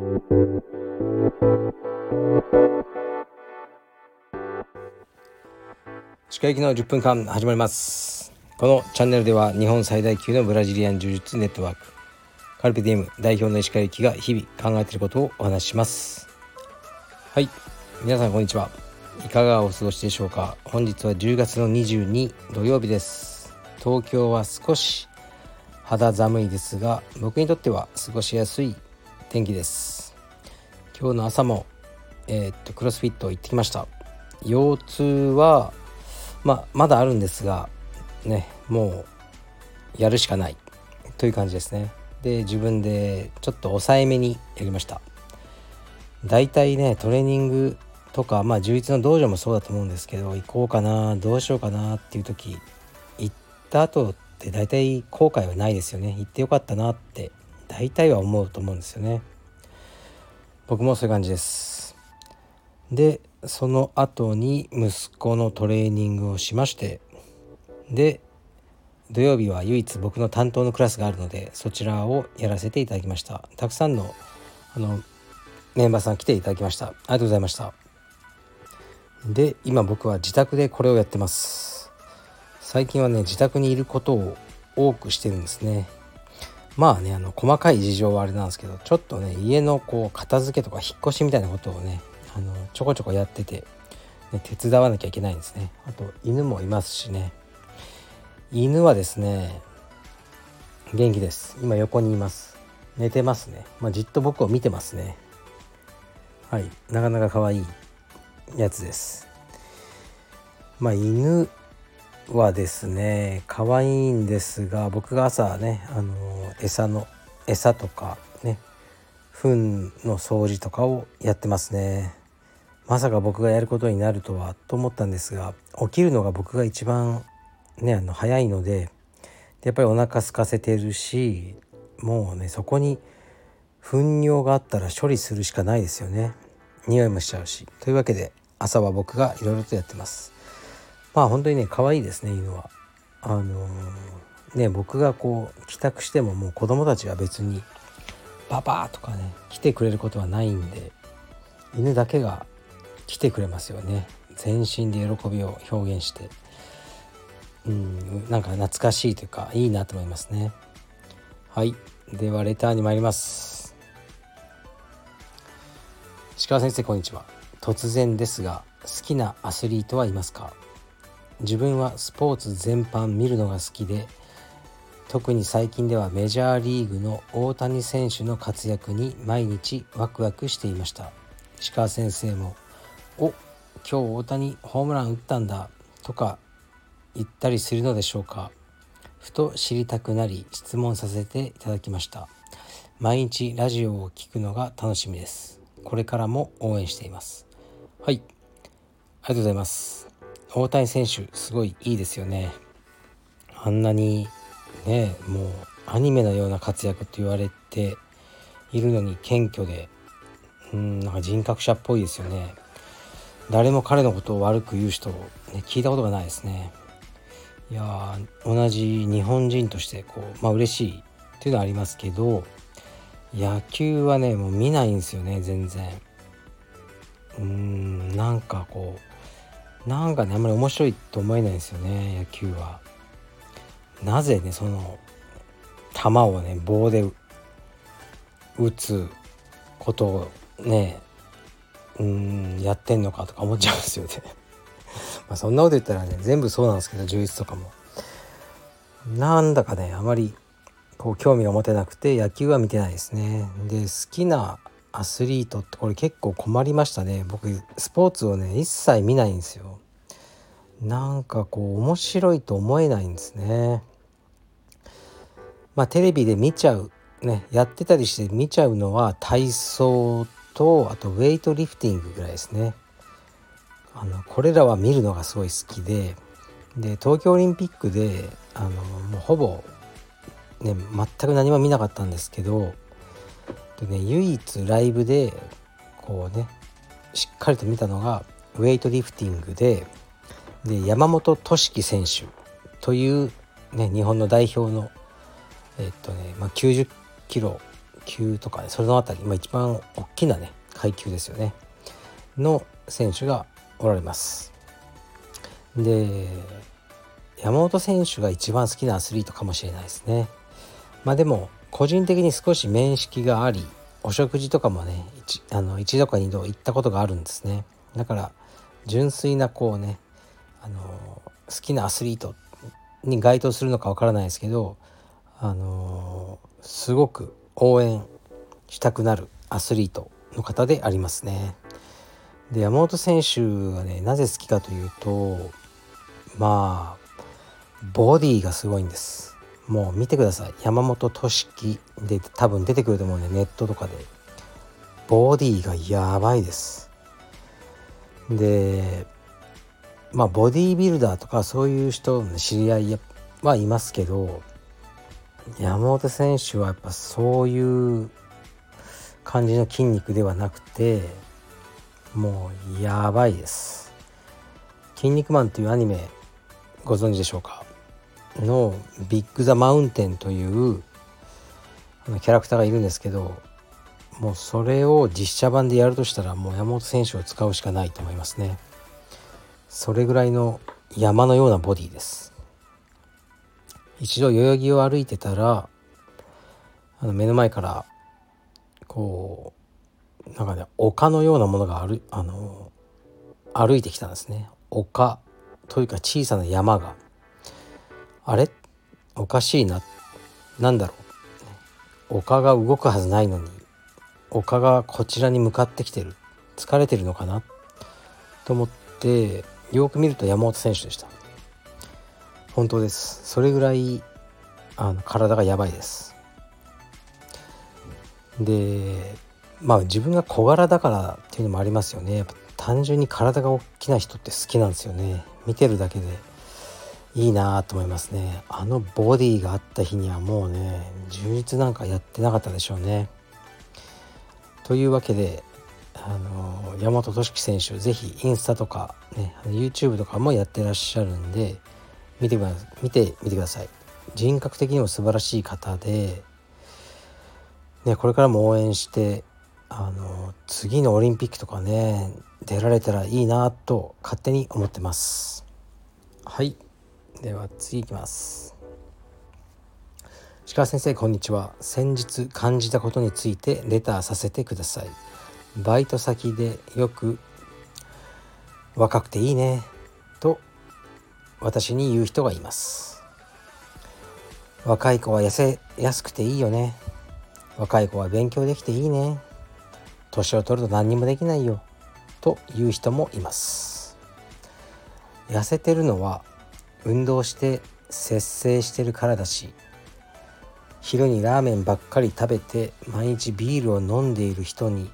歯科行きの10分間始まります。このチャンネルでは日本最大級のブラジリアン柔術ネットワークカルペディエム代表の石川行きが日々考えていることをお話しします。はい、皆さんこんにちは。いかがお過ごしでしょうか。本日は10月の22土曜日です。東京は少し肌寒いですが、僕にとっては過ごしやすい天気です。今日の朝も、クロスフィット行ってきました。腰痛はまだあるんですがね、もうやるしかないという感じですね。で、自分でちょっと抑えめにやりました。だいたいね、トレーニングとか充実の道場もそうだと思うんですけど、行こうかなどうしようかなっていう時、行った後ってだいたい後悔はないですよね。行ってよかったなってだいたいは思うと思うんですよね。僕もそういう感じです。で、その後に息子のトレーニングをしまして、で土曜日は唯一僕の担当のクラスがあるので、そちらをやらせていただきました。たくさんのメンバーさん来ていただきました。ありがとうございました。で、今僕は自宅でこれをやってます。最近はね、自宅にいることを多くしてるんですね。細かい事情はあれなんですけど、ちょっとね、家の片付けとか引っ越しみたいなことをね、ちょこちょこやってて、ね、手伝わなきゃいけないんですね。あと犬もいますしね。犬はですね、元気です。今横にいます。寝てますね。じっと僕を見てますね。はい、なかなか可愛いやつです。犬はですね、可愛いんですが、僕が朝ね、餌とかね、糞の掃除とかをやってますね。まさか僕がやることになるとはと思ったんですが、起きるのが僕が一番ね、早いので、やっぱりお腹空かせてるし、もうね、そこに糞尿があったら処理するしかないですよね。匂いもしちゃうし。というわけで朝は僕がいろいろとやってます。本当にね、可愛いですね、犬は。僕が帰宅しても、もう子供たちは別にパパとかね来てくれることはないんで、犬だけが来てくれますよね。全身で喜びを表現して、なんか懐かしいというか、いいなと思いますね。はい、ではレターに参ります。石川先生、こんにちは。突然ですが、好きなアスリートはいますか？自分はスポーツ全般見るのが好きで、特に最近ではメジャーリーグの大谷選手の活躍に毎日ワクワクしていました。石川先生も今日大谷ホームラン打ったんだとか言ったりするのでしょうか。ふと知りたくなり質問させていただきました。毎日ラジオを聞くのが楽しみです。これからも応援しています。はい、ありがとうございます。大谷選手すごいいいですよね。あんなにね、もうアニメのような活躍と言われているのに謙虚で、なんか人格者っぽいですよね。誰も彼のことを悪く言う人を、聞いたことがないですね。いや、同じ日本人として嬉しいっていうのはありますけど、野球はね、もう見ないんですよね、全然。なんかあんまり面白いと思えないんですよね、野球は。なぜね、その球をね、棒で打つことをね、やってんのかとか思っちゃうんですよね。そんなこと言ったらね、全部そうなんですけど、充実とかもなんだかね、あまり興味が持てなくて野球は見てないですね。で、好きなアスリートってこれ結構困りましたね。僕スポーツをね一切見ないんですよ。なんか面白いと思えないんですね。テレビで見ちゃうね、やってたりして見ちゃうのは体操と、あとウェイトリフティングぐらいですね。これらは見るのがすごい好きで、東京オリンピックでもうほぼね、全く何も見なかったんですけど、唯一ライブでしっかりと見たのがウェイトリフティングで、山本俊樹選手という、日本の代表の90キロ級とかね、それのあたり、一番大きなね階級ですよねの選手がおられます。で山本選手が一番好きなアスリートかもしれないですね。でも個人的に少し面識があり、お食事とかもね一度か二度行ったことがあるんですね。だから純粋な好きなアスリートに該当するのかわからないですけど、すごく応援したくなるアスリートの方でありますね。で山本選手がねなぜ好きかというと、ボディがすごいんです。もう見てください。山本俊樹で多分出てくると思うんで、ネットとかでボディがやばいです。でボディービルダーとかそういう人の知り合いはいますけど、山本選手はやっぱそういう感じの筋肉ではなくて、もうやばいです。筋肉マンというアニメご存知でしょうかのビッグザマウンテンというキャラクターがいるんですけど、もうそれを実写版でやるとしたらもう山本選手を使うしかないと思いますね。それぐらいの山のようなボディです。一度代々木を歩いてたら目の前からこう丘のようなものが歩いてきたんですね。丘というか小さな山が、あれおかしいな、なんだろう、丘が動くはずないのに丘がこちらに向かってきてる、疲れてるのかなと思ってよく見ると山本選手でした。本当です。それぐらい体がやばいです。で自分が小柄だからっていうのもありますよね。やっぱ単純に体が大きな人って好きなんですよね。見てるだけでいいなと思いますね。ボディがあった日にはもうね充実なんかやってなかったでしょうね。というわけで山本俊樹選手、ぜひインスタとかね YouTube とかもやってらっしゃるんで見てみてください。人格的にも素晴らしい方で、これからも応援して次のオリンピックとかね出られたらいいなと勝手に思ってます。はい、では次いきます。石川先生、こんにちは。先日感じたことについてレターさせてください。バイト先でよく若くていいねと私に言う人がいます。若い子は痩せやすくていいよね。若い子は勉強できていいね。年を取ると何にもできないよという人もいます。痩せてるのは運動して節制してるからだし、昼にラーメンばっかり食べて毎日ビールを飲んでいる人に、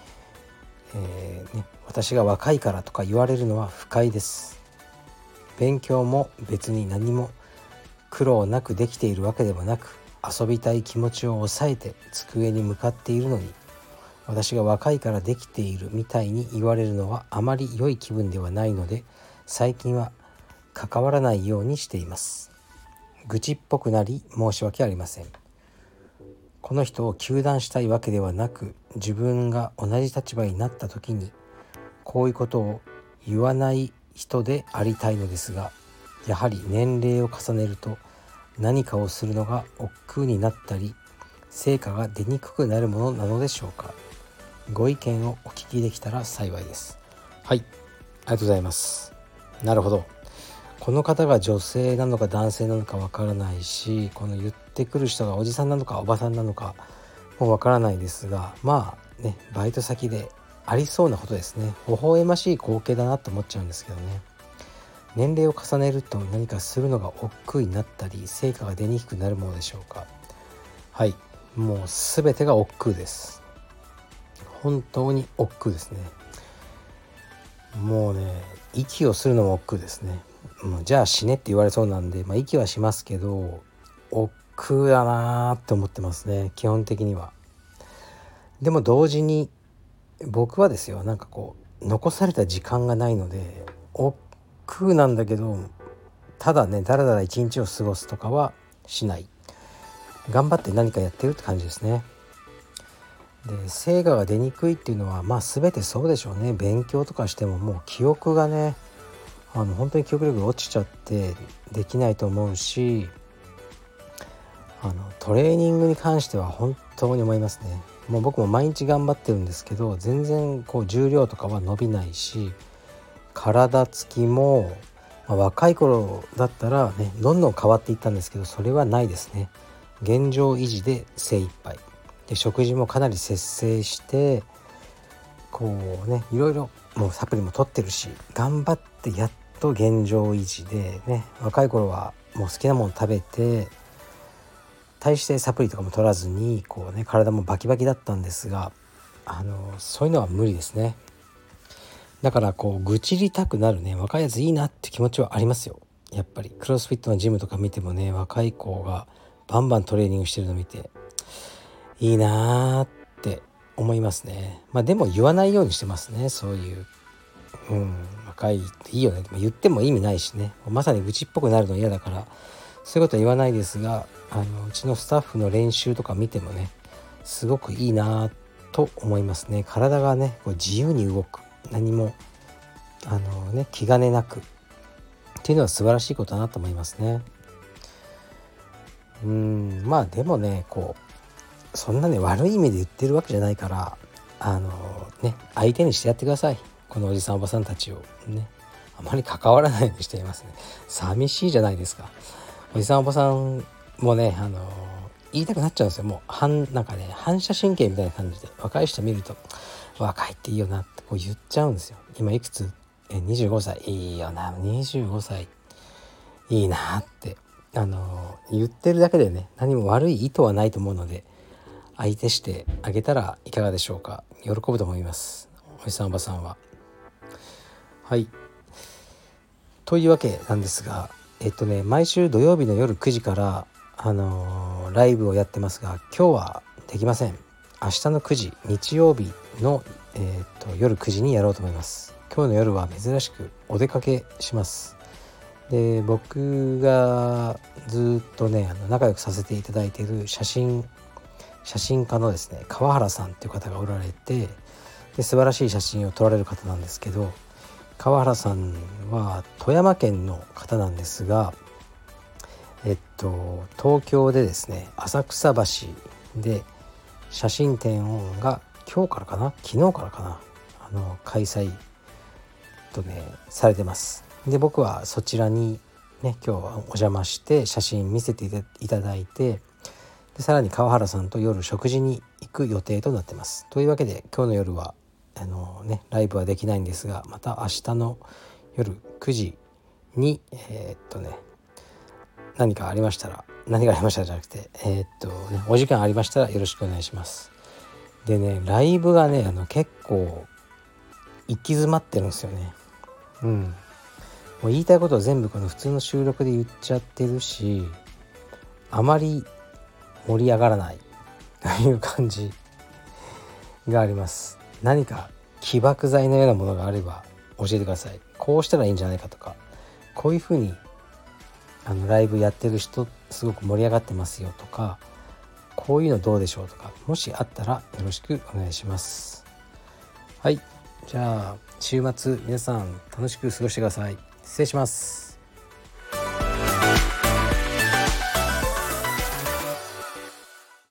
私が若いからとか言われるのは不快です。勉強も別に何も苦労なくできているわけでもなく、遊びたい気持ちを抑えて机に向かっているのに、私が若いからできているみたいに言われるのはあまり良い気分ではないので、最近は関わらないようにしています。愚痴っぽくなり申し訳ありません。この人を糾弾したいわけではなく、自分が同じ立場になった時にこういうことを言わない人でありたいのですが、やはり年齢を重ねると何かをするのが億劫になったり、成果が出にくくなるものなのでしょうか。ご意見をお聞きできたら幸いです。はい、ありがとうございます。なるほど。この方が女性なのか男性なのかわからないし、この言ってくる人がおじさんなのかおばさんなのかもわからないですが、バイト先でありそうなことですね。微笑ましい光景だなと思っちゃうんですけどね。年齢を重ねると何かするのが億劫になったり、成果が出にくくなるものでしょうか。はい、もう全てが億劫です。本当に億劫ですね。もうね、息をするのも億劫ですね。じゃあ死ねって言われそうなんで、息はしますけど億劫だなって思ってますね、基本的には。でも同時に僕はですよ、残された時間がないので億劫なんだけど、ただねだらだら一日を過ごすとかはしない。頑張って何かやってるって感じですね。 で成果が出にくいっていうのは全てそうでしょうね。勉強とかしてももう記憶がね本当に記憶力が落ちちゃってできないと思うし、トレーニングに関しては本当に思いますね。もう僕も毎日頑張ってるんですけど全然重量とかは伸びないし、体つきも、若い頃だったらねどんどん変わっていったんですけど、それはないですね。現状維持で精一杯で、食事もかなり節制していろいろもうサプリも取ってるし頑張ってやっと現状維持でね。若い頃はもう好きなもの食べて大してサプリとかも取らずに体もバキバキだったんですが、そういうのは無理ですね。だから愚痴りたくなるね若いやついいなって気持ちはありますよ。やっぱりクロスフィットのジムとか見てもね、若い子がバンバントレーニングしてるの見ていいなって思いますね。でも言わないようにしてますね。そういう、若いっていいよね。言っても意味ないしね。まさに愚痴っぽくなるの嫌だからそういうことは言わないですが、うちのスタッフの練習とか見てもねすごくいいなと思いますね。体がね自由に動く、何も気兼ねなくっていうのは素晴らしいことだなと思いますね。でもねそんなね悪い意味で言ってるわけじゃないから相手にしてやってください。このおじさんおばさんたちをねあまり関わらないようにしていますね。寂しいじゃないですか。おじさんおばさんもね言いたくなっちゃうんですよ。もう反射神経みたいな感じで若い人見ると若いっていいよなって言っちゃうんですよ。今いくつ25歳いいよな、25歳いいなって言ってるだけでね何も悪い意図はないと思うので、相手してあげたらいかがでしょうか。喜ぶと思います、おじさんおばさんは。はい、というわけなんですが毎週土曜日の夜9時からライブをやってますが、今日はできません。明日の9時日曜日の、夜9時にやろうと思います。今日の夜は珍しくお出かけします。で僕がずっとね仲良くさせていただいている写真家のですね川原さんっていう方がおられて、で素晴らしい写真を撮られる方なんですけど、川原さんは富山県の方なんですが、東京でですね浅草橋で写真展が今日からかな昨日からかな開催されてます。で僕はそちらにね今日はお邪魔して写真見せていただいて、でさらに川原さんと夜食事に行く予定となってます。というわけで今日の夜はライブはできないんですが、また明日の夜9時に何がありましたらじゃなくてお時間ありましたらよろしくお願いします。でねライブがね結構行き詰まってるんですよね。もう言いたいことを全部この普通の収録で言っちゃってるし、あまり盛り上がらないという感じがあります。何か起爆剤のようなものがあれば教えてください。こうしたらいいんじゃないかとか、こういう風にライブやってる人すごく盛り上がってますよとか、こういうのどうでしょうとか、もしあったらよろしくお願いします。はい、じゃあ週末皆さん楽しく過ごしてください。失礼します。